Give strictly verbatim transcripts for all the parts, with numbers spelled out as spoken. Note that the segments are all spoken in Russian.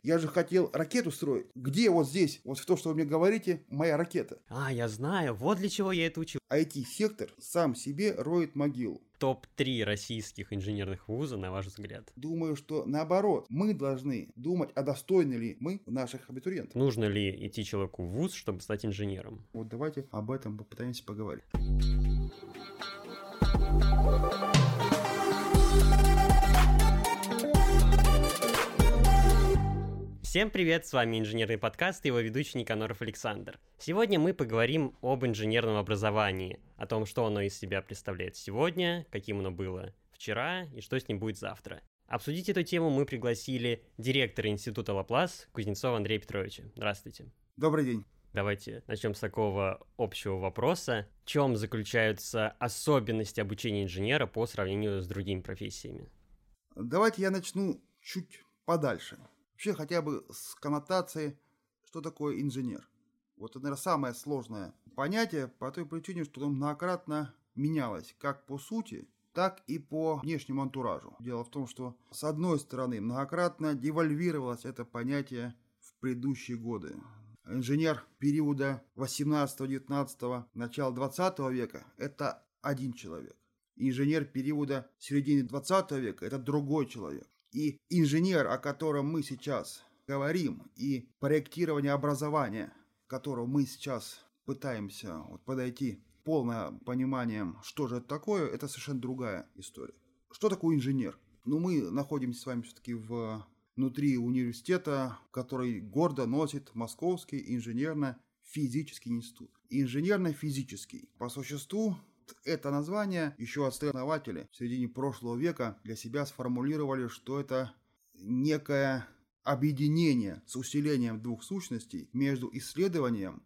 Я же хотел ракету строить. Где вот здесь, вот в то, что вы мне говорите, моя ракета? А, я знаю, вот для чего я это учил. ай ти-сектор сам себе роет могилу. топ три российских инженерных вуза, на ваш взгляд? Думаю, что наоборот, мы должны думать, а достойны ли мы наших абитуриентов. Нужно ли идти человеку в вуз, чтобы стать инженером? Вот давайте об этом попытаемся поговорить. Всем привет, с вами инженерный подкаст и его ведущий Никаноров Александр. Сегодня мы поговорим об инженерном образовании, о том, что оно из себя представляет сегодня, каким оно было вчера и что с ним будет завтра. Обсудить эту тему мы пригласили директора института Лаплас Кузнецова Андрея Петровича. Здравствуйте. Добрый день. Давайте начнем с такого общего вопроса. В чем заключаются особенности обучения инженера по сравнению с другими профессиями? Давайте я начну чуть подальше. Вообще хотя бы с коннотации, что такое инженер. Вот это, наверное, самое сложное понятие по той причине, что оно многократно менялось как по сути, так и по внешнему антуражу. Дело в том, что с одной стороны многократно девальвировалось это понятие в предыдущие годы. Инженер периода восемнадцатого-девятнадцатого, начала двадцатого века – это один человек. Инженер периода середины двадцатого века – это другой человек. И инженер, о котором мы сейчас говорим, и проектирование образования, к которому мы сейчас пытаемся вот подойти полным пониманием, что же это такое, это совершенно другая история. Что такое инженер? Ну, мы находимся с вами все-таки в... внутри университета, который гордо носит Московский инженерно-физический институт. Инженерно-физический. По существу, это название еще основатели в середине прошлого века для себя сформулировали, что это некое объединение с усилением двух сущностей между исследованием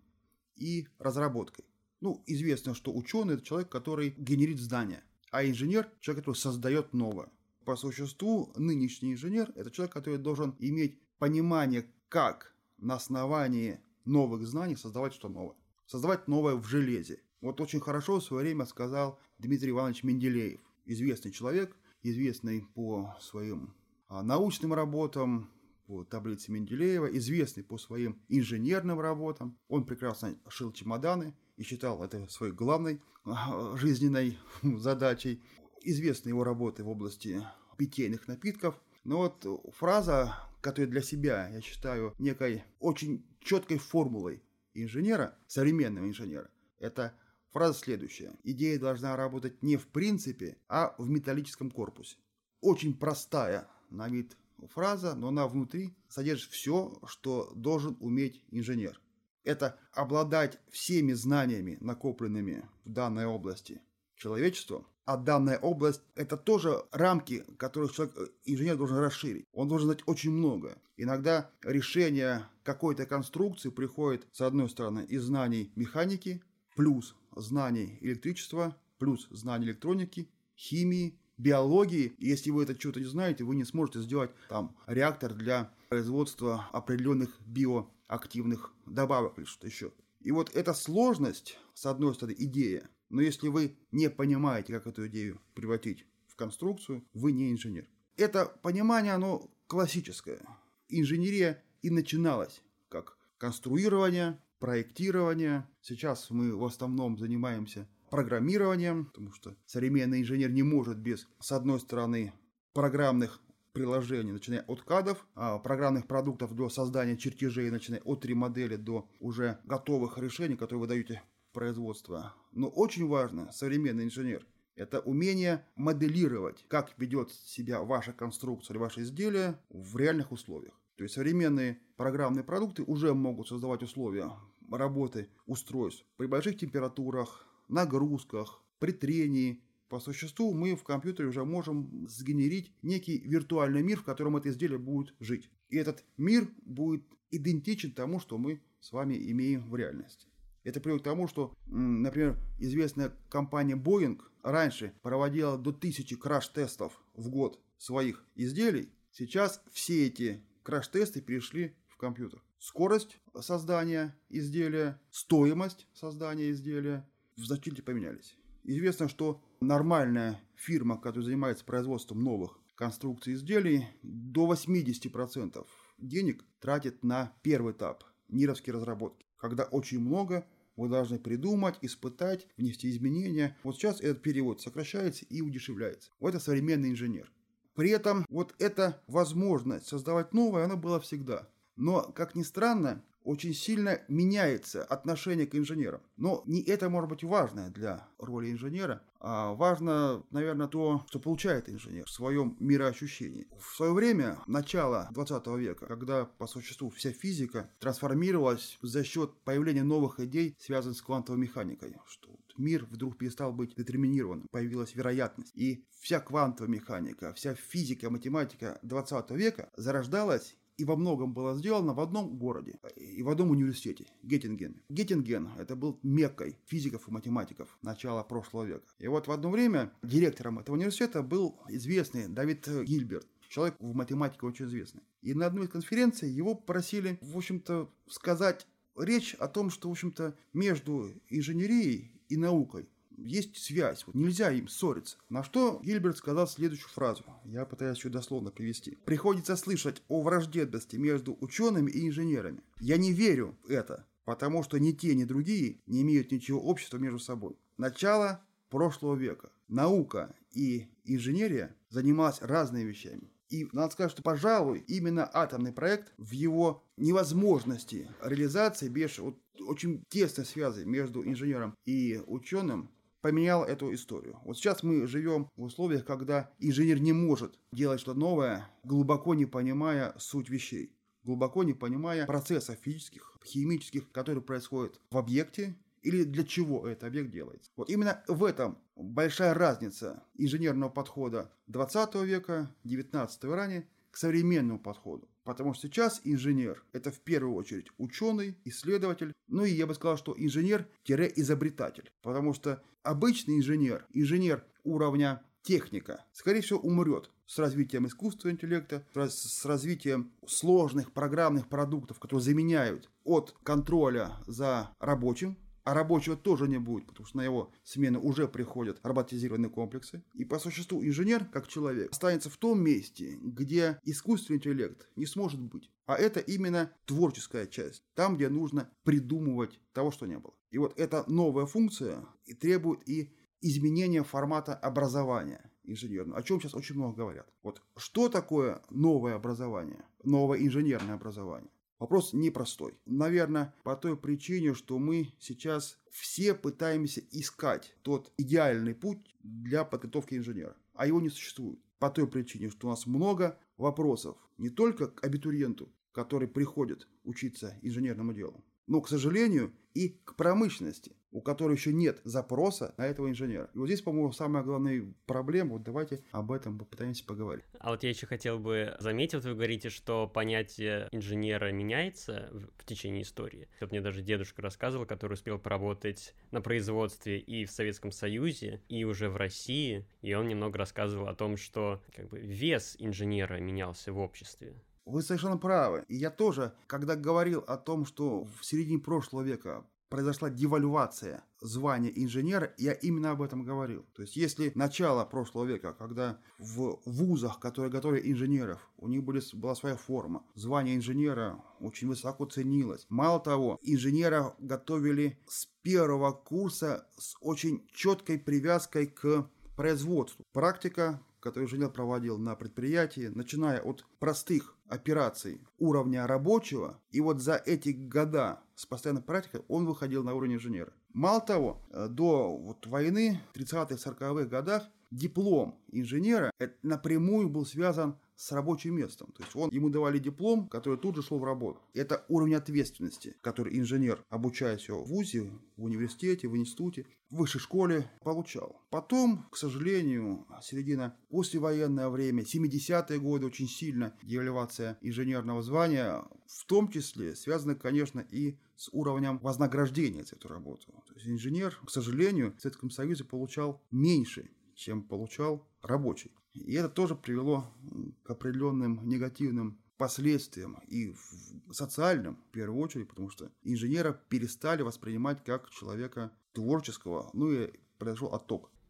и разработкой. Ну, известно, что ученый – это человек, который генерит знания, а инженер – человек, который создает новое. По существу, нынешний инженер – это человек, который должен иметь понимание, как на основании новых знаний создавать что новое. Создавать новое в железе. Вот очень хорошо в свое время сказал Дмитрий Иванович Менделеев. Известный человек, известный по своим научным работам, по таблице Менделеева, известный по своим инженерным работам. Он прекрасно шил чемоданы и считал это своей главной жизненной задачей. Известны его работы в области питейных напитков. Но вот фраза, которая для себя, я считаю, некой очень четкой формулой инженера, современного инженера, это фраза следующая. Идея должна работать не в принципе, а в металлическом корпусе. Очень простая на вид фраза, но она внутри содержит все, что должен уметь инженер. Это обладать всеми знаниями, накопленными в данной области человечеством. А данная область – это тоже рамки, которые человек, инженер должен расширить. Он должен знать очень много. Иногда решение какой-то конструкции приходит, с одной стороны, из знаний механики, плюс знаний электричества, плюс знаний электроники, химии, биологии. И если вы это что-то не знаете, вы не сможете сделать там реактор для производства определенных биоактивных добавок или что-то еще. И вот эта сложность, с одной стороны, идея, но если вы не понимаете, как эту идею превратить в конструкцию, вы не инженер. Это понимание, оно классическое. Инженерия и начиналась как конструирование, проектирование. Сейчас мы в основном занимаемся программированием, потому что современный инженер не может без, с одной стороны, программных приложений, начиная от кадов, программных продуктов до создания чертежей, начиная от три модели до уже готовых решений, которые вы даете в производство. Но очень важно, современный инженер, это умение моделировать, как ведет себя ваша конструкция или ваше изделие в реальных условиях. То есть современные программные продукты уже могут создавать условия работы устройств при больших температурах, нагрузках, при трении. По существу мы в компьютере уже можем сгенерить некий виртуальный мир, в котором это изделие будет жить. И этот мир будет идентичен тому, что мы с вами имеем в реальности. Это приводит к тому, что, например, известная компания Boeing раньше проводила до тысячи краш-тестов в год своих изделий. Сейчас все эти краш-тесты перешли в компьютер. Скорость создания изделия, стоимость создания изделия значительно поменялись. Известно, что нормальная фирма, которая занимается производством новых конструкций изделий, до восемьдесят процентов денег тратит на первый этап НИРовские разработки, когда очень много вы должны придумать, испытать, внести изменения. Вот сейчас этот период сокращается и удешевляется. Вот это современный инженер. При этом вот эта возможность создавать новое, она была всегда. Но, как ни странно, очень сильно меняется отношение к инженерам. Но не это может быть важное для роли инженера, а важно, наверное, то, что получает инженер в своем мироощущении. В свое время, начало двадцатого века, когда по существу вся физика трансформировалась за счет появления новых идей, связанных с квантовой механикой, что мир вдруг перестал быть детерминированным, появилась вероятность. И вся квантовая механика, вся физика, математика двадцатого века зарождалась и во многом было сделано в одном городе и в одном университете, Геттингене. Геттинген – это был меккой физиков и математиков начала прошлого века. И вот в одно время директором этого университета был известный Давид Гильберт, человек в математике очень известный. И на одной из конференций его просили, в общем-то, сказать речь о том, что, в общем-то, между инженерией и наукой есть связь, вот нельзя им ссориться. На что Гильберт сказал следующую фразу, я пытаюсь ее дословно привести. Приходится слышать о враждебности между учеными и инженерами. Я не верю в это, потому что ни те, ни другие не имеют ничего общего между собой. Начало прошлого века. Наука и инженерия занимались разными вещами. И надо сказать, что, пожалуй, именно атомный проект в его невозможности реализации без вот, очень тесной связи между инженером и ученым поменял эту историю. Вот сейчас мы живем в условиях, когда инженер не может делать что-то новое, глубоко не понимая суть вещей, глубоко не понимая процессов физических, химических, которые происходят в объекте, или для чего этот объект делается. Вот именно в этом большая разница инженерного подхода двадцатого века, девятнадцатого и ранее к современному подходу. Потому что сейчас инженер – это в первую очередь ученый, исследователь, ну и я бы сказал, что инженер-изобретатель. Потому что обычный инженер, инженер уровня техника, скорее всего, умрет с развитием искусственного интеллекта, с развитием сложных программных продуктов, которые заменяют от контроля за рабочим. А рабочего тоже не будет, потому что на его смену уже приходят роботизированные комплексы. И по существу инженер, как человек, останется в том месте, где искусственный интеллект не сможет быть. А это именно творческая часть, там, где нужно придумывать того, что не было. И вот эта новая функция и требует и изменения формата образования инженерного, о чем сейчас очень много говорят. Вот что такое новое образование, новое инженерное образование? Вопрос непростой. Наверное, по той причине, что мы сейчас все пытаемся искать тот идеальный путь для подготовки инженера, а его не существует. По той причине, что у нас много вопросов не только к абитуриенту, который приходит учиться инженерному делу, но, к сожалению, и к промышленности, у которой еще нет запроса на этого инженера. И вот здесь, по-моему, самая главная проблема. Вот давайте об этом попытаемся поговорить. А вот я еще хотел бы заметить, вот вы говорите, что понятие инженера меняется в, в течение истории. Вот мне даже дедушка рассказывал, который успел поработать на производстве и в Советском Союзе, и уже в России, и он немного рассказывал о том, что как бы вес инженера менялся в обществе. Вы совершенно правы. И я тоже, когда говорил о том, что в середине прошлого века произошла девальвация звания инженера, я именно об этом говорил. То есть, если начало прошлого века, когда в вузах, которые готовили инженеров, у них были, была своя форма, звание инженера очень высоко ценилось. Мало того, инженера готовили с первого курса с очень четкой привязкой к производству. Практика, который инженер проводил на предприятии, начиная от простых операций уровня рабочего, и вот за эти года с постоянной практикой он выходил на уровень инженера. Мало того, до вот войны в тридцатых-сороковых годах диплом инженера напрямую был связан с рабочим местом. То есть он, ему давали диплом, который тут же шел в работу. Это уровень ответственности, который инженер, обучаясь в вузе, в университете, в институте, в высшей школе, получал. Потом, к сожалению, середина послевоенное время, семидесятые годы, очень сильно девальвация инженерного звания, в том числе связана, конечно, и с уровнем вознаграждения за эту работу. То есть инженер, к сожалению, в Советском Союзе получал меньше, чем получал рабочий. И это тоже привело к определенным негативным последствиям и социальным, в первую очередь, потому что инженера перестали воспринимать как человека творческого, ну и произошел отток.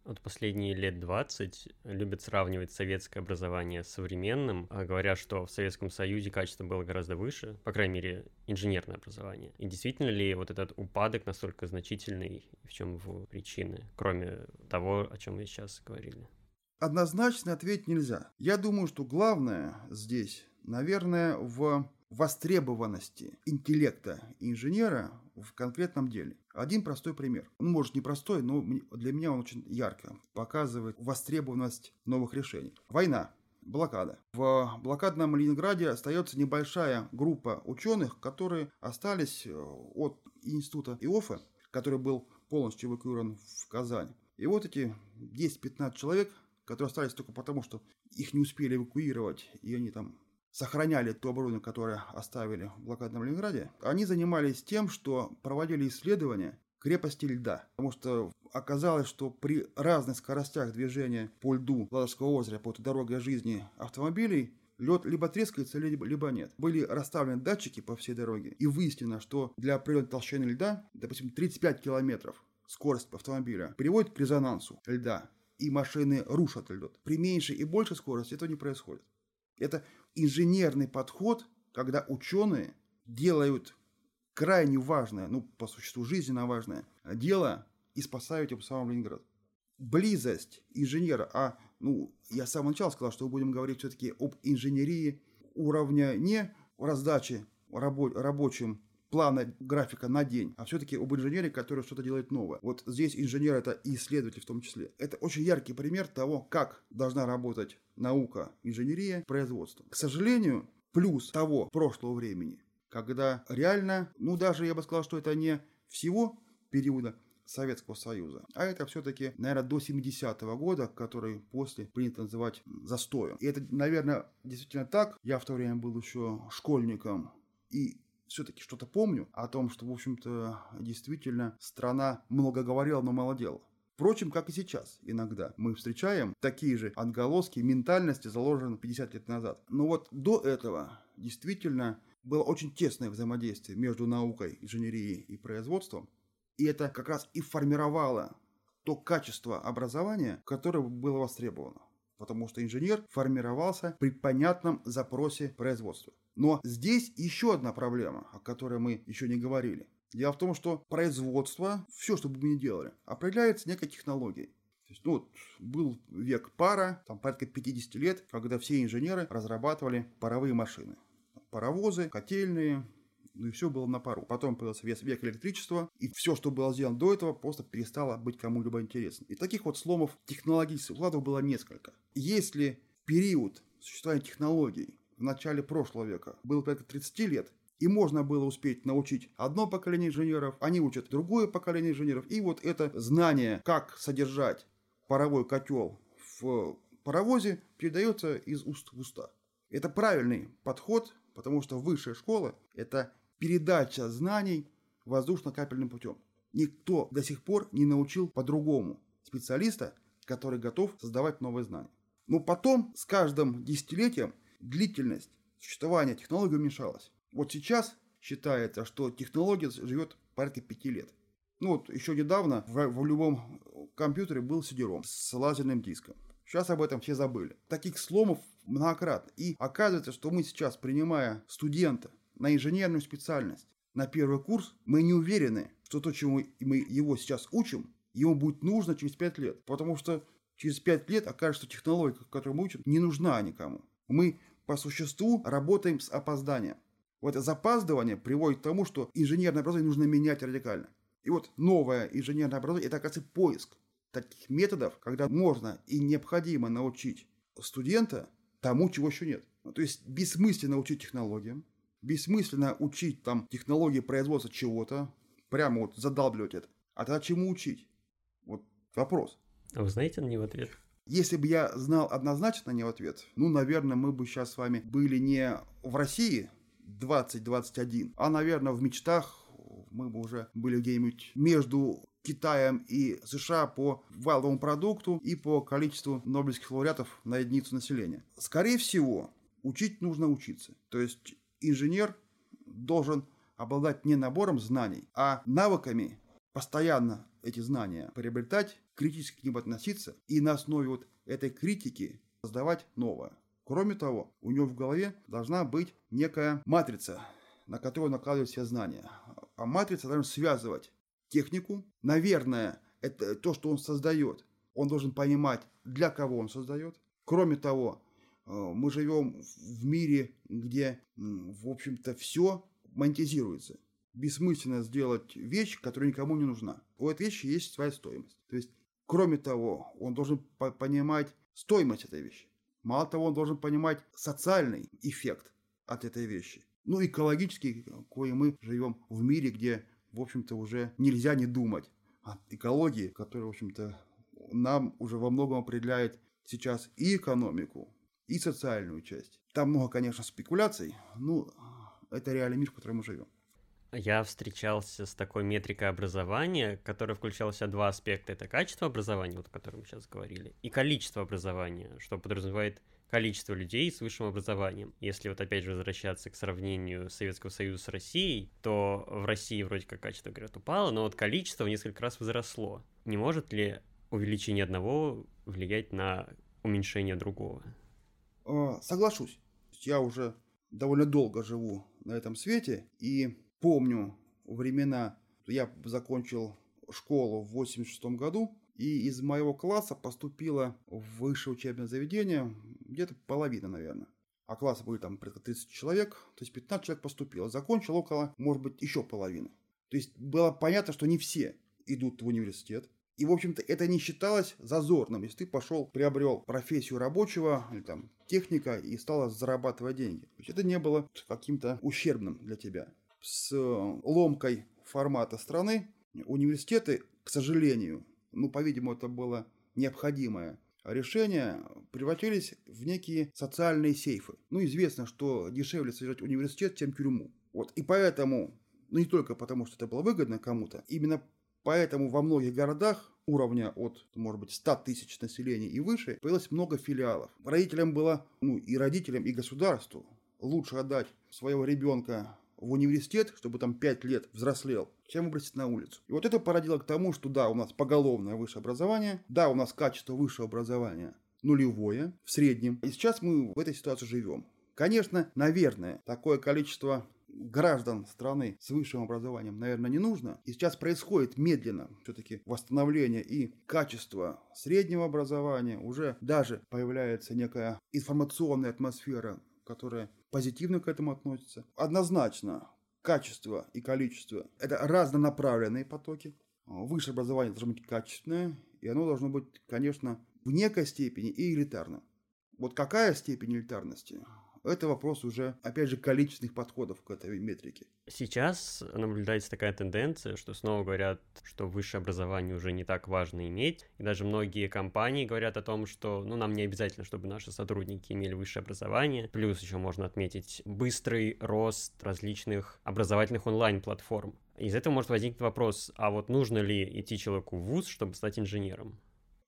Вот последние лет двадцать любят сравнивать советское образование с современным, а говорят, что в Советском Союзе качество было гораздо выше, по крайней мере, инженерное образование. И действительно ли вот этот упадок настолько значительный, в чем его причины, кроме того, о чем мы сейчас говорили? Однозначно ответить нельзя. Я думаю, что главное здесь, наверное, в востребованности интеллекта инженера в конкретном деле. Один простой пример. Он, может, не простой, но для меня он очень ярко показывает востребованность новых решений. Война. Блокада. В блокадном Ленинграде остается небольшая группа ученых, которые остались от института ИОФа, который был полностью эвакуирован в Казань. И вот эти десять-пятнадцать человек, которые остались только потому, что их не успели эвакуировать, и они там сохраняли то оборудование, которое оставили в блокадном Ленинграде, они занимались тем, что проводили исследования крепости льда. Потому что оказалось, что при разных скоростях движения по льду Ладожского озера, по этой дороге жизни автомобилей, лед либо трескается, либо, либо нет. Были расставлены датчики по всей дороге, и выяснено, что для определенной толщины льда, допустим, тридцать пять километров скорость автомобиля приводит к резонансу льда, и машины рушат лед. При меньшей и большей скорости этого не происходит. Это инженерный подход, когда ученые делают крайне важное, ну, по существу жизненно важное дело и спасают тем самым Ленинград. Близость инженера, а, ну, я с самого начала сказал, что мы будем говорить все-таки об инженерии уровня не раздачи рабо- рабочим плана графика на день, а все-таки об инженере, который что-то делает новое. Вот здесь инженер — это и исследователь в том числе. Это очень яркий пример того, как должна работать наука, инженерия, производство. К сожалению, плюс того прошлого времени, когда реально, ну даже я бы сказал, что это не всего периода Советского Союза, а это все-таки, наверное, до семидесятого года, который после принято называть застоем. И это, наверное, действительно так. Я в то время был еще школьником и все-таки что-то помню о том, что, в общем-то, действительно страна много говорила, но мало делала. Впрочем, как и сейчас, иногда мы встречаем такие же отголоски ментальности, заложенные пятьдесят лет назад. Но вот до этого действительно было очень тесное взаимодействие между наукой, инженерией и производством. И это как раз и формировало то качество образования, которое было востребовано. Потому что инженер формировался при понятном запросе производства. Но здесь еще одна проблема, о которой мы еще не говорили. Дело в том, что производство, все, что бы мы ни делали, определяется некой технологией. То есть, ну, вот, был век пара, там порядка пятьдесят лет, когда все инженеры разрабатывали паровые машины. Паровозы, котельные, ну и все было на пару. Потом появился век электричества, и все, что было сделано до этого, просто перестало быть кому-либо интересным. И таких вот сломов технологических укладов было несколько. Если период существования технологий в начале прошлого века был порядка тридцать лет, и можно было успеть научить одно поколение инженеров, они учат другое поколение инженеров, и вот это знание, как содержать паровой котел в паровозе, передается из уст в уста. Это правильный подход, потому что высшая школа – это передача знаний воздушно-капельным путем. Никто до сих пор не научил по-другому специалиста, который готов создавать новые знания. Но потом, с каждым десятилетием, длительность существования технологии уменьшалась. Вот сейчас считается, что технология живет порядка пяти лет. Ну вот еще недавно в, в любом компьютере был си ди ром с лазерным диском. Сейчас об этом все забыли. Таких сломов многократно. И оказывается, что мы сейчас, принимая студента на инженерную специальность, на первый курс, мы не уверены, что то, чему мы его сейчас учим, ему будет нужно через пять лет. Потому что через пять лет окажется, что технология, которую мы учим, не нужна никому. Мы по существу работаем с опозданием. Вот запаздывание приводит к тому, что инженерное образование нужно менять радикально. И вот новое инженерное образование – это, оказывается, поиск таких методов, когда можно и необходимо научить студента тому, чего еще нет. Ну, то есть бессмысленно учить технологиям, бессмысленно учить там технологии производства чего-то, прямо вот задалбливать это. А тогда чему учить? Вот вопрос. А вы знаете на него ответ? Если бы я знал однозначно на него ответ, ну, наверное, мы бы сейчас с вами были не в России двадцать двадцать один, а, наверное, в мечтах мы бы уже были где-нибудь между Китаем и США по валовому продукту и по количеству нобелевских лауреатов на единицу населения. Скорее всего, учить нужно учиться. То есть инженер должен обладать не набором знаний, а навыками постоянно эти знания приобретать, критически к ним относиться и на основе вот этой критики создавать новое. Кроме того, у него в голове должна быть некая матрица, на которую накладывать все знания. А матрица должна связывать технику. Наверное, это то, что он создает, он должен понимать, для кого он создает. Кроме того, мы живем в мире, где, в общем-то, все монетизируется. Бессмысленно сделать вещь, которая никому не нужна. У этой вещи есть своя стоимость. То есть, кроме того, он должен по- понимать стоимость этой вещи. Мало того, он должен понимать социальный эффект от этой вещи. Ну, экологический, кое мы живем в мире, где, в общем-то, уже нельзя не думать о экологии, которая, в общем-то, нам уже во многом определяет сейчас и экономику, и социальную часть. Там много, конечно, спекуляций, но это реальный мир, в котором мы живем. Я встречался с такой метрикой образования, которая включала в себя два аспекта. Это качество образования, вот о котором мы сейчас говорили, и количество образования, что подразумевает количество людей с высшим образованием. Если вот опять же возвращаться к сравнению Советского Союза с Россией, то в России вроде как качество, говорят, упало, но вот количество в несколько раз возросло. Не может ли увеличение одного влиять на уменьшение другого? Соглашусь. Я уже довольно долго живу на этом свете и помню времена. Я закончил школу в восемьдесят шестом году, и из моего класса поступило в высшее учебное заведение где-то половина, наверное. А классы были там порядка тридцать человек, то есть пятнадцать человек поступило. Закончил около, может быть, еще половины. То есть было понятно, что не все идут в университет. И, в общем-то, это не считалось зазорным, если ты пошел, приобрел профессию рабочего или там техника и стал зарабатывать деньги. То есть это не было каким-то ущербным для тебя. С ломкой формата страны университеты, к сожалению, ну, по-видимому, это было необходимое решение, превратились в некие социальные сейфы. Ну, известно, что дешевле содержать университет, чем тюрьму. Вот. И поэтому, ну, не только потому, что это было выгодно кому-то, именно поэтому во многих городах уровня от, может быть, ста тысяч населения и выше появилось много филиалов. Родителям было, ну, и родителям, и государству лучше отдать своего ребенка в университет, чтобы там пять лет взрослел, чем выбросить на улицу. И вот это породило к тому, что да, у нас поголовное высшее образование, да, у нас качество высшего образования нулевое в среднем. И сейчас мы в этой ситуации живем. Конечно, наверное, такое количество граждан страны с высшим образованием, наверное, не нужно. И сейчас происходит медленно все-таки восстановление и качество среднего образования. Уже даже появляется некая информационная атмосфера, которая позитивно к этому относится. Однозначно, качество и количество – это разнонаправленные потоки. Высшее образование должно быть качественное, и оно должно быть, конечно, в некой степени и элитарным. Вот какая степень элитарности – это вопрос уже, опять же, количественных подходов к этой метрике. Сейчас наблюдается такая тенденция, что снова говорят, что высшее образование уже не так важно иметь. И даже многие компании говорят о том, что ну, нам не обязательно, чтобы наши сотрудники имели высшее образование. Плюс еще можно отметить быстрый рост различных образовательных онлайн-платформ. Из этого может возникнуть вопрос, а вот нужно ли идти человеку в вуз, чтобы стать инженером?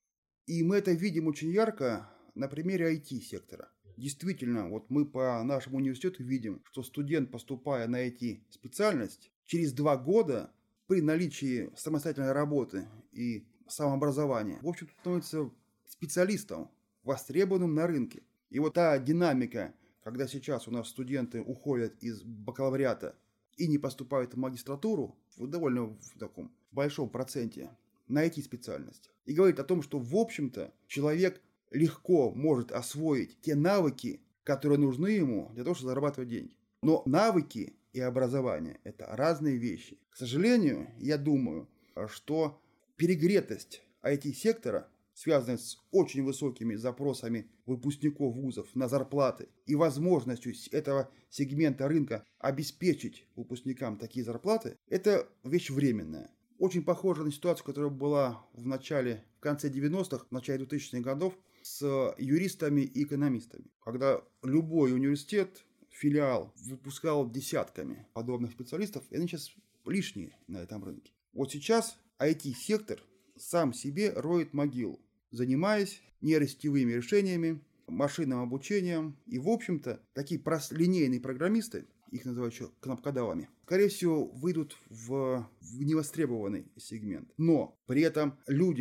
И мы это видим очень ярко на примере ай ти-сектора. Действительно, вот мы по нашему университету видим, что студент, поступая на ай ти-специальность, через два года при наличии самостоятельной работы и самообразования, в общем-то, становится специалистом, востребованным на рынке. И вот та динамика, когда сейчас у нас студенты уходят из бакалавриата и не поступают в магистратуру, в довольно в таком большом проценте на ай ти-специальность, и говорит о том, что, в общем-то, человек легко может освоить те навыки, которые нужны ему для того, чтобы зарабатывать деньги. Но навыки и образование – это разные вещи. К сожалению, я думаю, что перегретость ай ти-сектора, связанная с очень высокими запросами выпускников вузов на зарплаты и возможностью этого сегмента рынка обеспечить выпускникам такие зарплаты, это вещь временная. Очень похожа на ситуацию, которая была в начале, в конце девяностых, в начале двухтысячных годов с юристами и экономистами. Когда любой университет, филиал выпускал десятками подобных специалистов, и они сейчас лишние на этом рынке. Вот сейчас ай ти-сектор сам себе роет могилу, занимаясь нейросетевыми решениями, машинным обучением. И, в общем-то, такие прос- линейные программисты, их называют еще кнопкодавами, скорее всего, выйдут в, в невостребованный сегмент. Но при этом люди,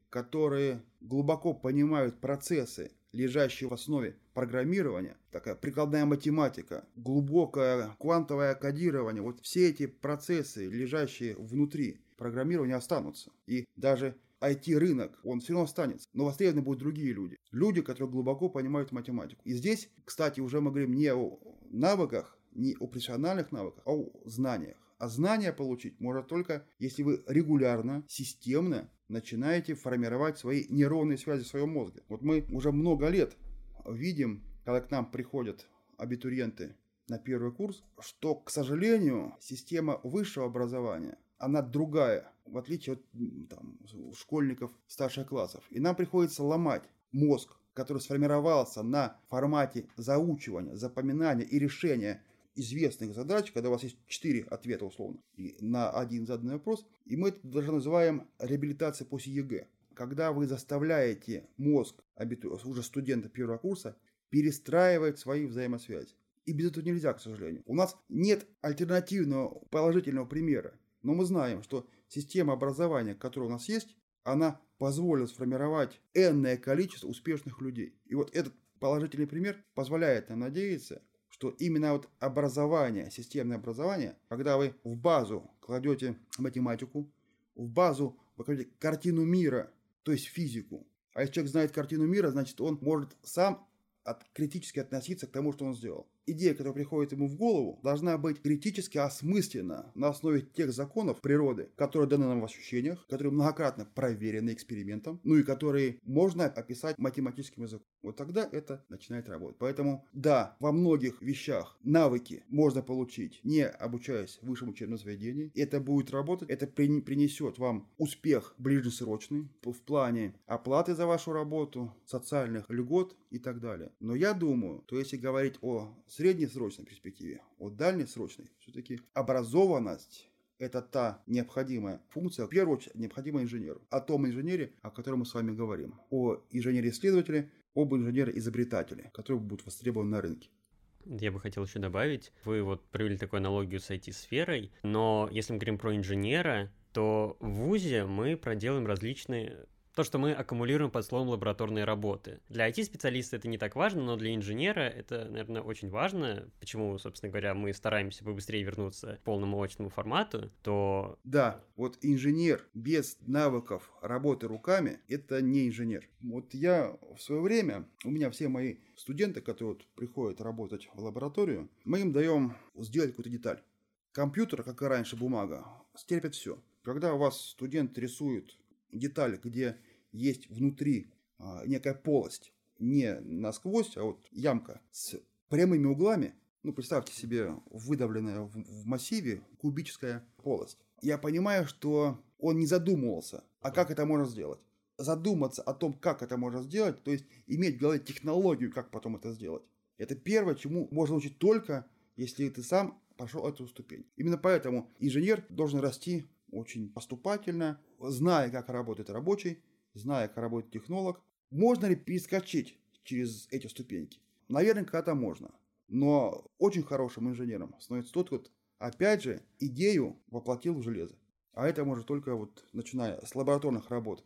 которые глубоко понимают процессы, лежащие в основе программирования, такая прикладная математика, глубокое квантовое кодирование, вот все эти процессы, лежащие внутри программирования, останутся. И даже ай ти-рынок, он все равно останется. Но востребованы будут другие люди. Люди, которые глубоко понимают математику. И здесь, кстати, уже мы говорим не о навыках, не о профессиональных навыках, а о знаниях. А знания получить можно только, если вы регулярно, системно начинаете формировать свои нейронные связи в своем мозге. Вот мы уже много лет видим, когда к нам приходят абитуриенты на первый курс, что, к сожалению, система высшего образования, она другая, в отличие от там, школьников старших классов. И нам приходится ломать мозг, который сформировался на формате заучивания, запоминания и решения известных задач, когда у вас есть четыре ответа условно и на один заданный вопрос, и мы это даже называем реабилитацией после ЕГЭ. Когда вы заставляете мозг уже студента первого курса перестраивать свои взаимосвязи. И без этого нельзя, к сожалению. У нас нет альтернативного положительного примера, но мы знаем, что система образования, которая у нас есть, она позволит сформировать энное количество успешных людей. И вот этот положительный пример позволяет нам надеяться, что именно вот образование, системное образование, когда вы в базу кладете математику, в базу вы кладете картину мира, то есть физику. А если человек знает картину мира, значит он может сам от, критически относиться к тому, что он сделал. Идея, которая приходит ему в голову, должна быть критически осмыслена на основе тех законов природы, которые даны нам в ощущениях, которые многократно проверены экспериментом, ну и которые можно описать математическим языком. Вот тогда это начинает работать. Поэтому, да, во многих вещах навыки можно получить, не обучаясь в высшем учебном заведении. Это будет работать, это принесет вам успех ближнесрочный в плане оплаты за вашу работу, социальных льгот и так далее. Но я думаю, то если говорить о среднесрочной перспективе, о дальнесрочной, все-таки образованность – это та необходимая функция, в первую очередь, необходимая инженеру. О том инженере, о котором мы с вами говорим. О инженере-исследователе, об инженере-изобретателе, который будет востребован на рынке. Я бы хотел еще добавить, вы вот провели такую аналогию с ай ти-сферой, но если мы говорим про инженера, то в вузе мы проделаем различные... То, что мы аккумулируем под словом лабораторные работы. Для ай ти-специалиста это не так важно, но для инженера это, наверное, очень важно. Почему, собственно говоря, мы стараемся побыстрее вернуться к полному очному формату, то... Да, вот инженер без навыков работы руками – это не инженер. Вот я в свое время, у меня все мои студенты, которые вот приходят работать в лабораторию, мы им даем сделать какую-то деталь. Компьютер, как и раньше бумага, стерпит все. Когда у вас студент рисует деталь, где есть внутри а, некая полость, не насквозь, а вот ямка с прямыми углами, ну, представьте себе выдавленная в, в массиве кубическая полость. Я понимаю, что он не задумывался, а как это можно сделать. Задуматься о том, как это можно сделать, то есть иметь в голове технологию, как потом это сделать. Это первое, чему можно учить только, если ты сам пошел эту ступень. Именно поэтому инженер должен расти очень поступательно, зная, как работает рабочий, зная, как работает технолог. Можно ли перескочить через эти ступеньки? Наверное, когда-то можно. Но очень хорошим инженером становится тот, кто, опять же, идею воплотил в железо. А это может только вот начиная с лабораторных работ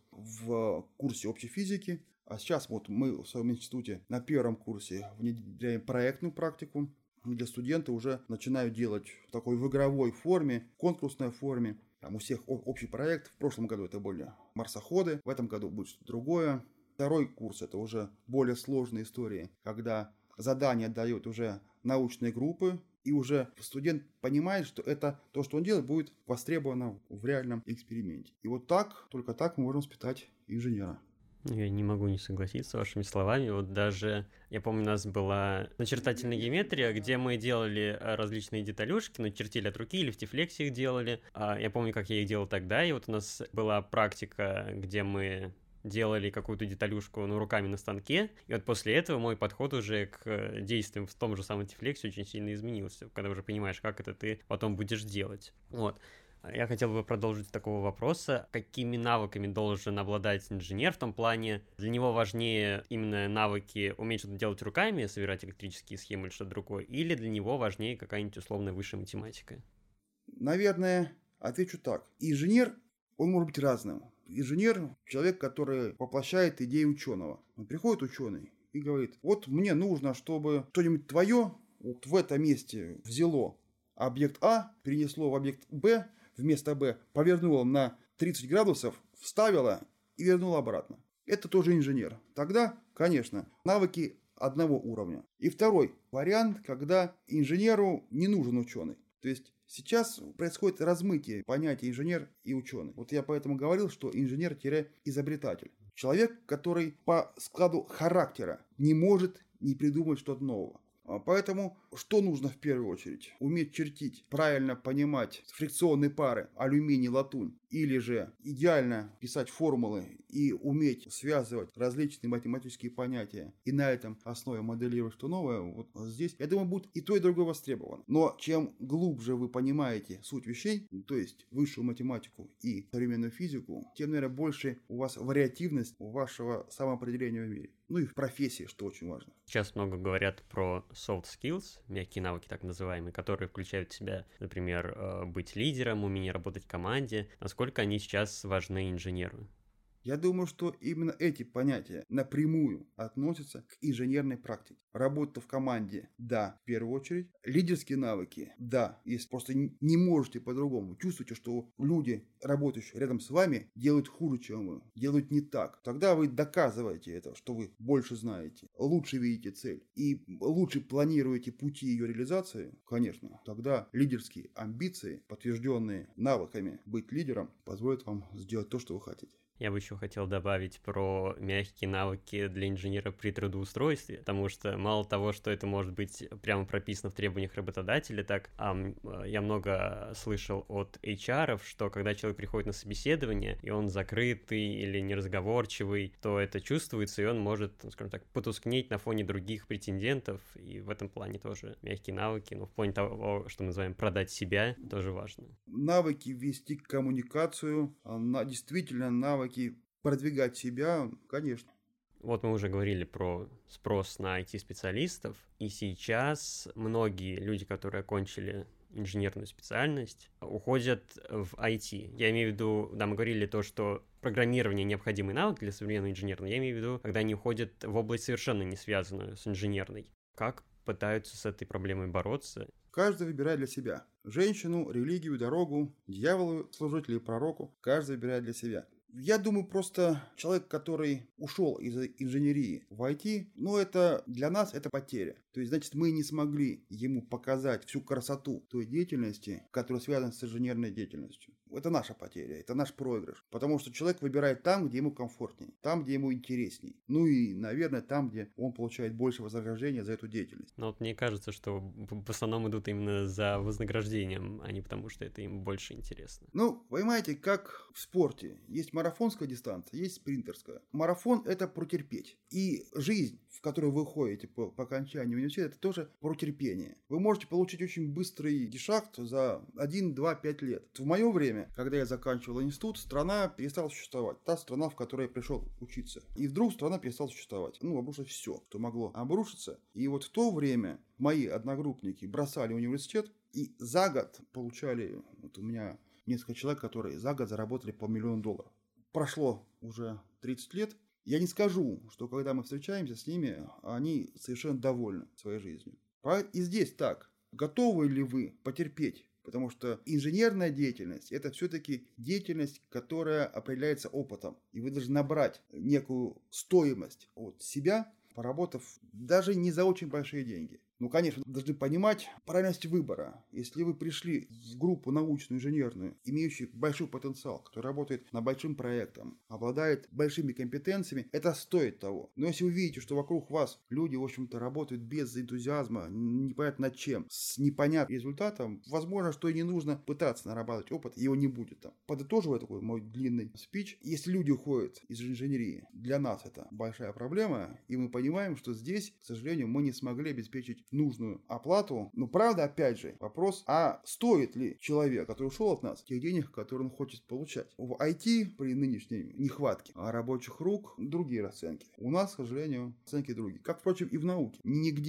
в курсе общей физики. А сейчас вот мы в своем институте на первом курсе внедряем проектную практику, где студенты уже начинают делать в такой в игровой форме, конкурсной форме. Там у всех общий проект. В прошлом году это были марсоходы, в этом году будет что-то другое. Второй курс – это уже более сложные истории, когда задания дают уже научные группы, и уже студент понимает, что это то, что он делает, будет востребовано в реальном эксперименте. И вот так, только так мы можем воспитать инженера. Я не могу не согласиться с вашими словами. Вот даже, я помню, у нас была начертательная геометрия, где мы делали различные деталюшки, ну, чертили от руки или в тифлексе их делали. Я помню, как я их делал тогда, и вот у нас была практика, где мы делали какую-то деталюшку, ну, руками на станке, и вот после этого мой подход уже к действиям в том же самом тифлексе очень сильно изменился, когда уже понимаешь, как это ты потом будешь делать. Вот. Я хотел бы продолжить с такого вопроса. Какими навыками должен обладать инженер в том плане? Для него важнее именно навыки уметь что-то делать руками, собирать электрические схемы или что-то другое, или для него важнее какая-нибудь условная высшая математика? Наверное, отвечу так. Инженер, он может быть разным. Инженер – человек, который воплощает идеи ученого. Приходит ученый и говорит, вот мне нужно, чтобы что-нибудь твое вот в этом месте взяло объект А, перенесло в объект Б, вместо Б повернуло на тридцать градусов, вставило и вернуло обратно. Это тоже инженер. Тогда, конечно, навыки одного уровня. И второй вариант, когда инженеру не нужен ученый. То есть сейчас происходит размытие понятия инженер и ученый. Вот я поэтому говорил, что инженер-изобретатель. Человек, который по складу характера не может не придумать что-то нового. Поэтому что нужно в первую очередь? Уметь чертить, правильно понимать фрикционные пары алюминий-латунь, или же идеально писать формулы и уметь связывать различные математические понятия и на этом основе моделировать что новое. Вот здесь, я думаю, будет и то, и другое востребовано. Но чем глубже вы понимаете суть вещей, то есть высшую математику и современную физику, тем, наверное, больше у вас вариативность вашего самоопределения в мире. Ну и в профессии, что очень важно. Сейчас много говорят про soft skills, мягкие навыки так называемые, которые включают в себя, например, быть лидером, умение работать в команде. Насколько они сейчас важны инженеру? Я думаю, что именно эти понятия напрямую относятся к инженерной практике. Работа в команде, да, в первую очередь. Лидерские навыки, да, если просто не можете по-другому, чувствуете, что люди, работающие рядом с вами, делают хуже, чем вы, делают не так. Тогда вы доказываете это, что вы больше знаете, лучше видите цель и лучше планируете пути ее реализации, конечно, тогда лидерские амбиции, подтвержденные навыками быть лидером, позволят вам сделать то, что вы хотите. Я бы еще хотел добавить про мягкие навыки для инженера при трудоустройстве, потому что мало того, что это может быть прямо прописано в требованиях работодателя, так а, я много слышал от эйч ар-ов, что когда человек приходит на собеседование, и он закрытый или неразговорчивый, то это чувствуется, и он может, скажем так, потускнеть на фоне других претендентов, и в этом плане тоже мягкие навыки, но в плане того, что мы называем продать себя, тоже важно. Навыки вести коммуникацию, на, действительно навыки продвигать себя, конечно. Вот мы уже говорили про спрос на ай ти-специалистов, и сейчас многие люди, которые окончили инженерную специальность, уходят в ай ти. Я имею в виду, да, мы говорили то, что программирование необходимый навык для современной инженерной, я имею в виду, когда они уходят в область совершенно не связанную с инженерной. Как пытаются с этой проблемой бороться? Каждый выбирает для себя. Женщину, религию, дорогу, дьяволу, служителю и пророку. Каждый выбирает для себя. Я думаю, просто человек, который ушел из инженерии в ай ти, ну, это для нас это потеря. То есть, значит, мы не смогли ему показать всю красоту той деятельности, которая связана с инженерной деятельностью. Это наша потеря, это наш проигрыш. Потому что человек выбирает там, где ему комфортней, там, где ему интересней. Ну и, наверное, там, где он получает больше вознаграждения за эту деятельность. Но вот мне кажется, что в основном идут именно за вознаграждением, а не потому, что это им больше интересно. Ну, понимаете, как в спорте. Есть марафонская дистанция, есть спринтерская. Марафон – это протерпеть. И жизнь, в которую вы ходите по, по окончанию университета, это тоже про терпение. Вы можете получить очень быстрый гешефт за один, два, пять лет. В мое время, когда я заканчивал институт, страна перестала существовать. Та страна, в которой я пришел учиться. И вдруг страна перестала существовать. Ну, обрушилось все, что могло обрушиться. И вот в то время мои одногруппники бросали университет и за год получали, вот у меня несколько человек, которые за год заработали по миллиону долларов. Прошло уже тридцать лет. Я не скажу, что когда мы встречаемся с ними, они совершенно довольны своей жизнью. И здесь так. Готовы ли вы потерпеть? Потому что инженерная деятельность – это все-таки деятельность, которая определяется опытом. И вы должны набрать некую стоимость от себя, поработав даже не за очень большие деньги. Ну, конечно, вы должны понимать правильность выбора. Если вы пришли в группу научную, инженерную, имеющую большой потенциал, который работает над большим проектом, обладает большими компетенциями, это стоит того. Но если вы видите, что вокруг вас люди, в общем-то, работают без энтузиазма, непонятно над чем, с непонятным результатом, возможно, что и не нужно пытаться нарабатывать опыт, его не будет там. Подытоживая такой мой длинный спич, если люди уходят из инженерии, для нас это большая проблема, и мы понимаем, что здесь, к сожалению, мы не смогли обеспечить нужную оплату. Но правда, опять же, вопрос, а стоит ли человек, который ушел от нас, тех денег, которые он хочет получать? В ай ти при нынешней нехватке рабочих рук другие расценки. У нас, к сожалению, расценки другие. Как, впрочем, и в науке. Нигде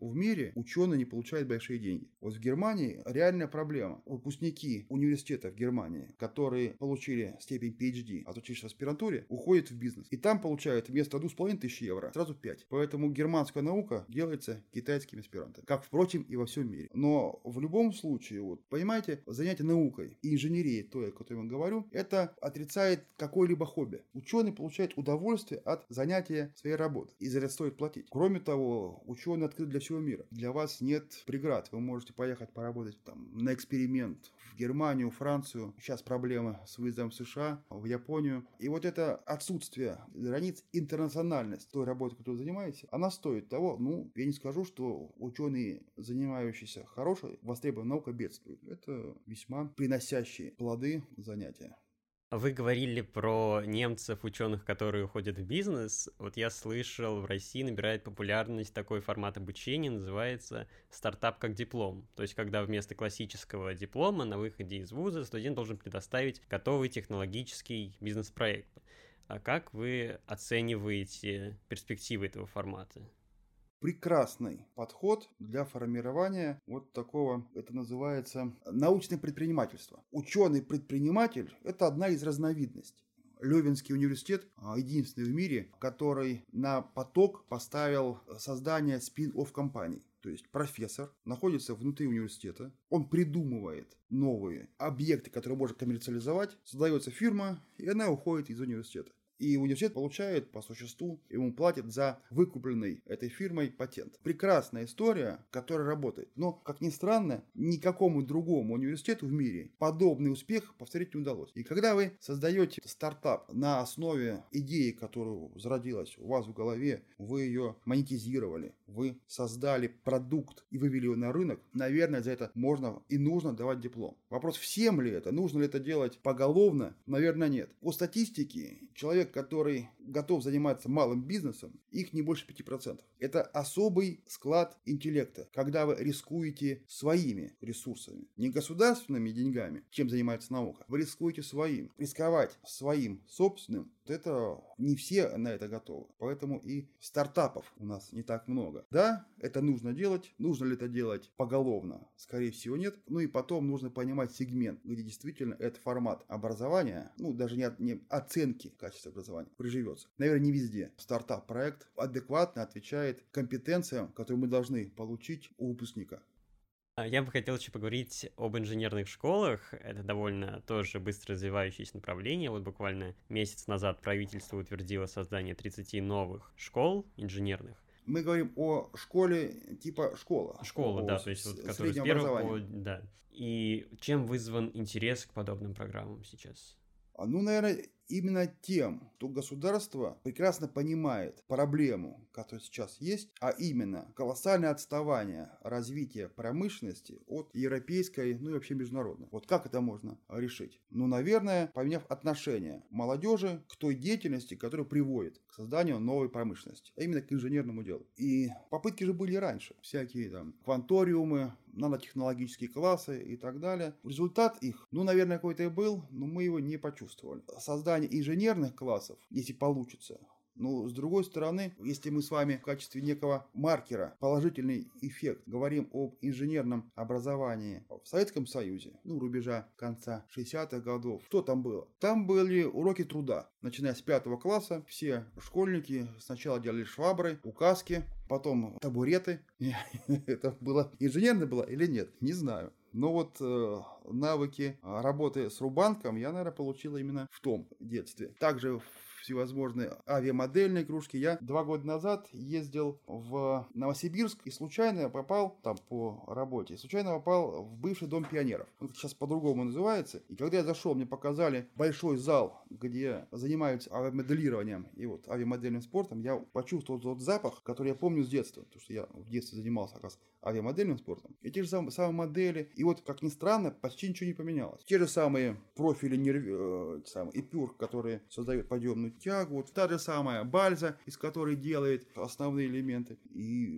в мире ученые не получают большие деньги. Вот в Германии реальная проблема. Выпускники университета в Германии, которые получили степень пи эйч ди, отучившись в аспирантуре, уходят в бизнес. И там получают вместо двух с половиной тысяч евро сразу пять. Поэтому германская наука делается китайскими аспирантами. Как, впрочем, и во всем мире. Но в любом случае, вот, понимаете, занятие наукой и инженерией, то, о которой я говорю, это отрицает какое-либо хобби. Ученый получает удовольствие от занятия своей работы. И за это стоит платить. Кроме того, ученый открыт для всего мира. Для вас нет преград. Вы можете поехать поработать там, на эксперимент в Германию, Францию. Сейчас проблемы с выездом в США, в Японию. И вот это отсутствие границ, интернациональность той работы, которой вы занимаетесь, она стоит того. Ну, я не скажу, что ученые, занимающиеся хорошей, востребованной наукой, бедствуют. Это весьма приносящие плоды занятия. Вы говорили про немцев, ученых, которые уходят в бизнес. Вот я слышал, в России набирает популярность такой формат обучения, называется стартап как диплом. То есть, когда вместо классического диплома на выходе из вуза студент должен предоставить готовый технологический бизнес-проект. А как вы оцениваете перспективы этого формата? Прекрасный подход для формирования вот такого, это называется научное предпринимательство. Ученый-предприниматель – это одна из разновидностей. Лёвенский университет единственный в мире, который на поток поставил создание спин-офф компаний. То есть профессор находится внутри университета, он придумывает новые объекты, которые можно коммерциализовать, создается фирма, и она уходит из университета. И университет получает, по существу, ему платят за выкупленный этой фирмой патент. Прекрасная история, которая работает. Но, как ни странно, никакому другому университету в мире подобный успех повторить не удалось. И когда вы создаете стартап на основе идеи, которая зародилась у вас в голове, вы ее монетизировали, вы создали продукт и вывели его на рынок, наверное, за это можно и нужно давать диплом. Вопрос, всем ли это, нужно ли это делать поголовно, наверное, нет. По статистике, человек, который готов заниматься малым бизнесом, их не больше пяти процентов. Это особый склад интеллекта, когда вы рискуете своими ресурсами, не государственными деньгами, чем занимается наука, вы рискуете своим. Рисковать своим собственным, это не все на это готовы. Поэтому и стартапов у нас не так много. Да, это нужно делать. Нужно ли это делать поголовно? Скорее всего, нет. Ну и потом нужно понимать сегмент, где действительно этот формат образования, ну даже не, от, не оценки качества образования, приживется. Наверное, не везде стартап-проект адекватно отвечает компетенциям, которые мы должны получить у выпускника. Я бы хотел еще поговорить об инженерных школах. Это довольно тоже быстро развивающееся направление. Вот буквально месяц назад правительство утвердило создание тридцати новых школ инженерных. Мы говорим о школе типа школа. Школа, да, то есть вот, которая с первого по... Да. И чем вызван интерес к подобным программам сейчас? Ну, наверное, именно тем, что государство прекрасно понимает проблему, которая сейчас есть, а именно колоссальное отставание развития промышленности от европейской, ну и вообще международной. Вот как это можно решить? Ну, наверное, поменяв отношение молодежи к той деятельности, которая приводит к созданию новой промышленности, а именно к инженерному делу. И попытки же были раньше. Всякие там кванториумы, нанотехнологические классы и так далее. Результат их, ну, наверное, какой-то и был, но мы его не почувствовали. Создание инженерных классов, если получится, но с другой стороны, если мы с вами в качестве некого маркера положительный эффект говорим об инженерном образовании в Советском Союзе, ну, рубежа конца шестидесятых годов, что там было? Там были уроки труда. Начиная с пятого класса, все школьники сначала делали швабры, указки, потом табуреты. Это было инженерное было или нет? Не знаю. Но вот э, навыки работы с рубанком я, наверное, получил именно в том детстве. Также всевозможные авиамодельные кружки. Я два года назад ездил в Новосибирск и случайно попал там по работе. Случайно попал в бывший дом пионеров. Он сейчас по-другому называется. И когда я зашел, мне показали большой зал, где занимаются авиамоделированием и вот авиамодельным спортом. Я почувствовал тот запах, который я помню с детства. Потому что я в детстве занимался как раз авиамодельным спортом. И те же самые, самые модели. И вот, как ни странно, почти ничего не поменялось. Те же самые профили нерв... э, самые эпюр, которые создают подъемную тягу. Вот та же самая бальза, из которой делает основные элементы. И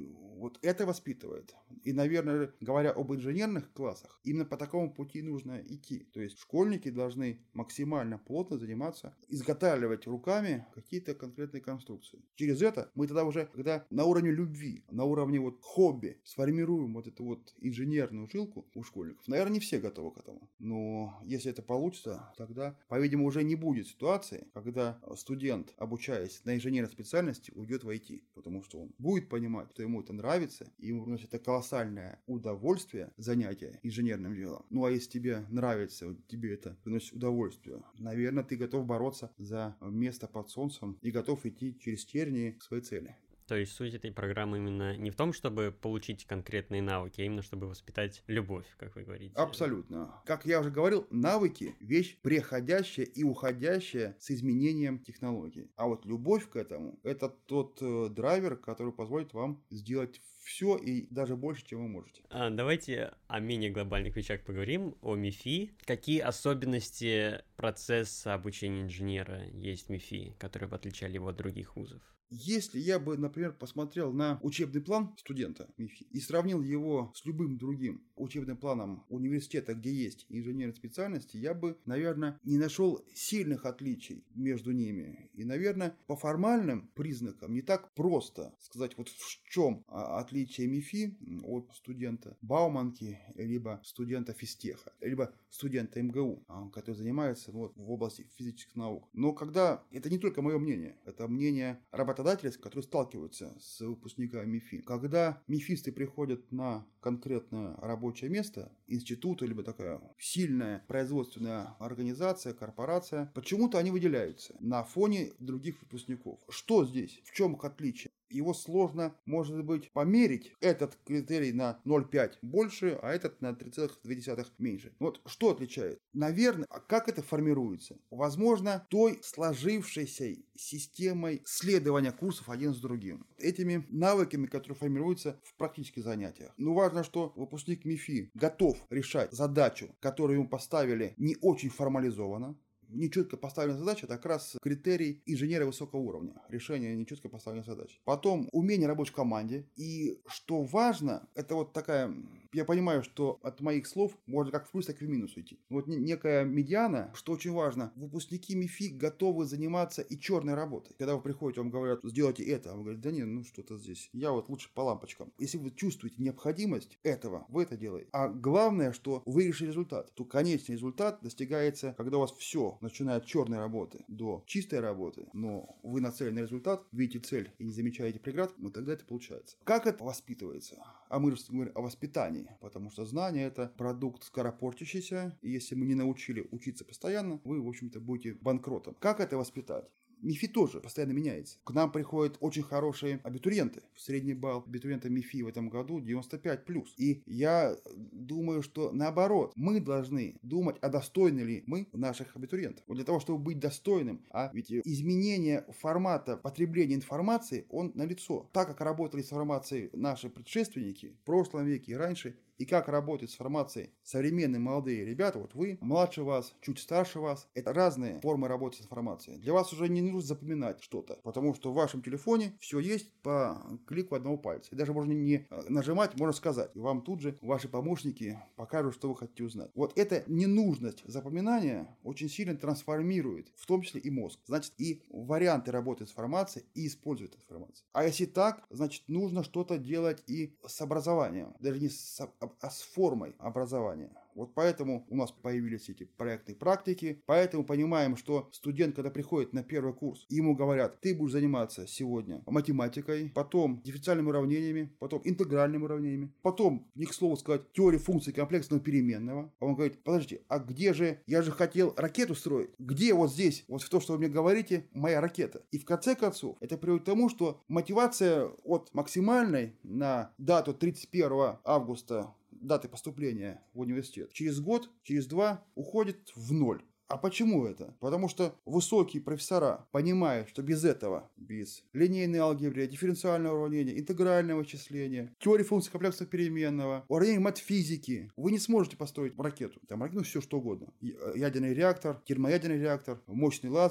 Вот это воспитывает. И, наверное, говоря об инженерных классах, именно по такому пути нужно идти. То есть школьники должны максимально плотно заниматься, изготавливать руками какие-то конкретные конструкции. Через это мы тогда уже, когда на уровне любви, на уровне вот хобби сформируем вот эту вот инженерную жилку у школьников. Наверное, не все готовы к этому. Но если это получится, тогда, по-видимому, уже не будет ситуации, когда студент, обучаясь на инженерной специальности, уйдет в ай ти. Потому что он будет понимать, что ему это нравится, и ему приносит это колоссальное удовольствие занятия инженерным делом. Ну а если тебе нравится, тебе это приносит удовольствие, наверное, ты готов бороться за место под солнцем и готов идти через тернии к своей цели. То есть суть этой программы именно не в том, чтобы получить конкретные навыки, а именно чтобы воспитать любовь, как вы говорите. Абсолютно. Как я уже говорил, навыки – вещь преходящая и уходящая с изменением технологий. А вот любовь к этому – это тот э, драйвер, который позволит вам сделать все и даже больше, чем вы можете. А, давайте о менее глобальных вещах поговорим, о МИФИ. Какие особенности процесса обучения инженера есть в МИФИ, которые бы отличали его от других вузов? Если я бы, например, посмотрел на учебный план студента МИФИ и сравнил его с любым другим учебным планом университета, где есть инженерные специальности, я бы, наверное, не нашел сильных отличий между ними. И, наверное, по формальным признакам не так просто сказать, вот в чем отличие МИФИ от студента Бауманки, либо студента физтеха, либо студента эм гэ у, который занимается вот, в области физических наук. Но когда, это не только мое мнение, это мнение работодателей, которые сталкиваются с выпускниками МИФИ. Когда мифисты приходят на конкретное рабочее место, институт, либо такая сильная производственная организация, корпорация, почему-то они выделяются на фоне других выпускников. Что здесь? В чем их отличие? Его сложно, может быть, померить. Этот критерий на ноль целых пять десятых больше, а этот на три целых две десятых меньше. Вот что отличает? Наверное, а как это формируется? Возможно, той сложившейся системой следования курсов один с другим. Этими навыками, которые формируются в практических занятиях. Но важно, что выпускник МИФИ готов решать задачу, которую ему поставили не очень формализованно. Нечетко поставленная задача – это как раз критерий инженера высокого уровня. Решение нечетко поставленной задачи. Потом умение работать в команде. И что важно, это вот такая... Я понимаю, что от моих слов можно как в плюс, так и в минус уйти. Вот некая медиана, что очень важно. Выпускники МИФИ готовы заниматься и черной работой. Когда вы приходите, вам говорят, сделайте это. А вы говорите, да нет, ну что-то здесь. Я вот лучше по лампочкам. Если вы чувствуете необходимость этого, вы это делаете. А главное, что вы решили результат. То конечный результат достигается, когда у вас все начиная от черной работы до чистой работы, но вы нацелены на результат, видите цель и не замечаете преград, вот тогда это получается. Как это воспитывается? А мы же говорим о воспитании, потому что знание – это продукт скоропортящийся, и если мы не научили учиться постоянно, вы, в общем-то, будете банкротом. Как это воспитать? МИФИ тоже постоянно меняется. К нам приходят очень хорошие абитуриенты. Средний балл абитуриента МИФИ в этом году девяносто пять плюс. И я думаю, что наоборот, мы должны думать, а достойны ли мы наших абитуриентов. Вот для того, чтобы быть достойным, а ведь изменение формата потребления информации, он налицо. Так как работали с информацией наши предшественники в прошлом веке и раньше, и как работать с информацией современные молодые ребята, вот вы, младше вас, чуть старше вас, это разные формы работы с информацией. Для вас уже не нужно запоминать что-то, потому что в вашем телефоне все есть по клику одного пальца. И даже можно не нажимать, можно сказать. И вам тут же ваши помощники покажут, что вы хотите узнать. Вот эта ненужность запоминания очень сильно трансформирует, в том числе и мозг. Значит, и варианты работы с информацией, и используют информацию. А если так, значит, нужно что-то делать и с образованием. Даже не с а с формой образования. Вот поэтому у нас появились эти проектные практики, поэтому понимаем, что студент, когда приходит на первый курс, ему говорят, ты будешь заниматься сегодня математикой, потом дифференциальными уравнениями, потом интегральными уравнениями, потом, не к слову сказать, теория функций комплексного переменного. А он говорит, подождите, а где же, я же хотел ракету строить, где вот здесь, вот в то, что вы мне говорите, моя ракета? И в конце концов, это приводит к тому, что мотивация от максимальной на дату тридцать первого августа даты поступления в университет, через год, через два уходит в ноль. А почему это? Потому что высокие профессора понимают, что без этого, без линейной алгебры, дифференциального уравнения, интегрального вычисления, теории функций комплексного переменного, уравнения матфизики, вы не сможете построить ракету. Там ракету все что угодно. Ядерный реактор, термоядерный реактор, мощный лазер.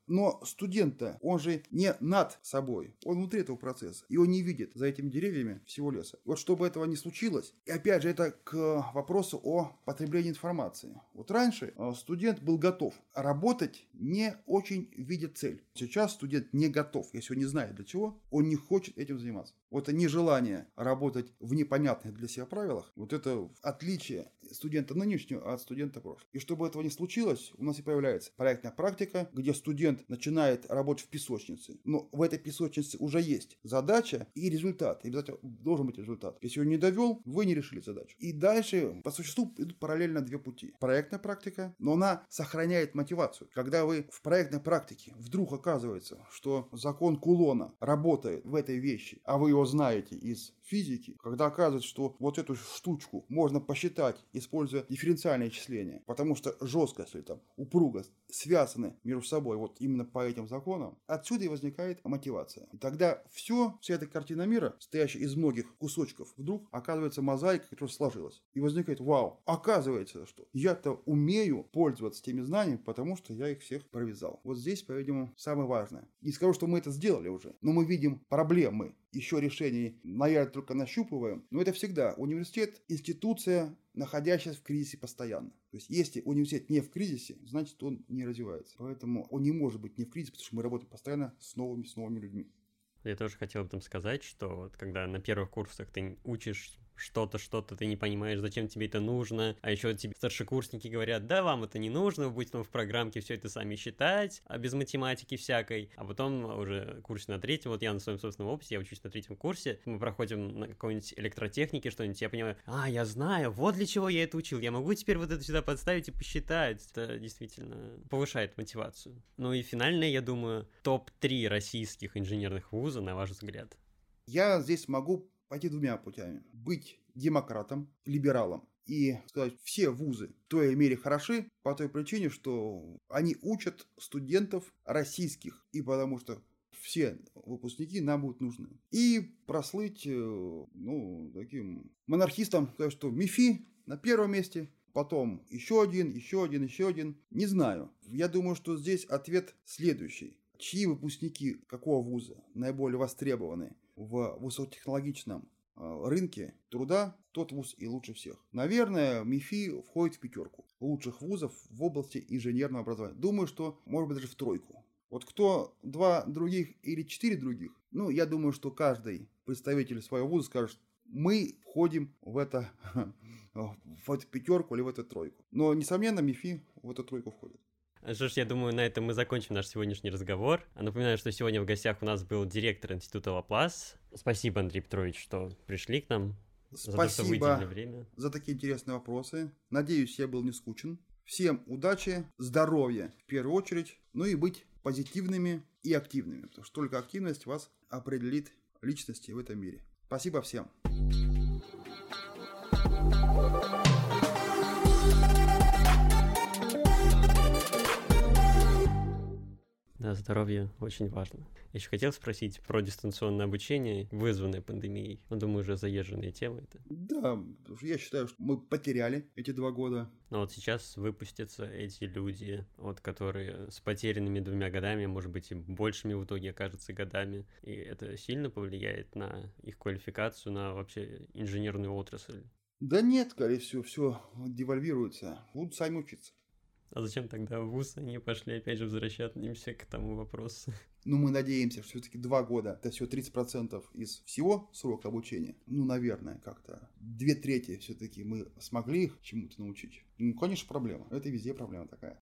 Но студент-то, он же не над собой, он внутри этого процесса. И он не видит за этими деревьями всего леса. Вот чтобы этого не случилось, и опять же это к вопросу о потреблении информации. Вот раньше студент был готов работать, не очень видя цель. Сейчас студент не готов, если он не знает для чего, он не хочет этим заниматься. Вот это нежелание работать в непонятных для себя правилах, вот это отличие студента нынешнего от студента прошлого. И чтобы этого не случилось, у нас и появляется проектная практика, где студент начинает работать в песочнице. Но в этой песочнице уже есть задача и результат. И обязательно должен быть результат. Если он не довел, вы не решили задачу. И дальше по существу идут параллельно две пути. Проектная практика, но она сохраняет мотивацию. Когда вы в проектной практике вдруг оказывается, что закон Кулона работает в этой вещи, а вы его знаете из физики, когда оказывается, что вот эту штучку можно посчитать, используя дифференциальное исчисление, потому что жесткость или там упругость связаны между собой вот именно по этим законам, отсюда и возникает мотивация. И тогда все, вся эта картина мира, состоящая из многих кусочков, вдруг оказывается мозаика, которая сложилась. И возникает, вау, оказывается, что я-то умею пользоваться теми знаниями, потому что я их всех провязал. Вот здесь, по-видимому, самое важное. Не скажу, что мы это сделали уже, но мы видим проблемы. Еще решений, наверное, только нащупываем. Но это всегда университет, институция, находящаяся в кризисе постоянно. То есть, если университет не в кризисе, значит, он не развивается. Поэтому он не может быть не в кризисе, потому что мы работаем постоянно с новыми, с новыми людьми. Я тоже хотел об этом сказать, что вот когда на первых курсах ты учишь что-то, что-то ты не понимаешь, зачем тебе это нужно, а еще тебе старшекурсники говорят, да, вам это не нужно, вы будете там в программке все это сами считать, а без математики всякой, а потом уже курсе на третьем, вот я на своем собственном опыте, я учусь на третьем курсе, мы проходим на какой-нибудь электротехнике что-нибудь, я понимаю, а, я знаю, вот для чего я это учил, я могу теперь вот это сюда подставить и посчитать, это действительно повышает мотивацию. Ну и финальное, я думаю, топ три российских инженерных вуза, на ваш взгляд. Я здесь могу пойти двумя путями. Быть демократом, либералом и сказать, все вузы в той мере хороши по той причине, что они учат студентов российских, и потому что все выпускники нам будут нужны. И прослыть, ну, таким монархистом, сказать, что МИФИ на первом месте, потом еще один, еще один, еще один. Не знаю. Я думаю, что здесь ответ следующий. Чьи выпускники какого вуза наиболее востребованы в высокотехнологичном рынке труда, тот вуз и лучше всех. Наверное, МИФИ входит в пятерку лучших вузов в области инженерного образования. Думаю, что может быть даже в тройку. Вот кто два других или четыре других, ну, я думаю, что каждый представитель своего вуза скажет, мы входим в, это, в эту пятерку или в эту тройку. Но, несомненно, МИФИ в эту тройку входит. Что ж, я думаю, на этом мы закончим наш сегодняшний разговор. Напоминаю, что сегодня в гостях у нас был директор института Лаплас. Спасибо, Андрей Петрович, что пришли к нам. Спасибо за, то, время. за такие интересные вопросы. Надеюсь, я был не скучен. Всем удачи, здоровья в первую очередь, ну и быть позитивными и активными, потому что только активность вас определит личности в этом мире. Спасибо всем. Да, здоровье очень важно. Я еще хотел спросить про дистанционное обучение, вызванное пандемией. Ну, думаю, уже заезженная тема это. Да, я считаю, что мы потеряли эти два года. Но вот сейчас выпустятся эти люди, вот, которые с потерянными двумя годами, может быть, и большими в итоге окажутся годами. И это сильно повлияет на их квалификацию, на вообще инженерную отрасль? Да нет, скорее всего, все девальвируется. Будут сами учиться. А зачем тогда в вуз они пошли, опять же, возвращаться к тому вопросу? Ну, мы надеемся, что все-таки два года, это всего тридцать процентов из всего срока обучения. Ну, наверное, как-то две трети все-таки мы смогли их чему-то научить. Ну, конечно, проблема. Это везде проблема такая.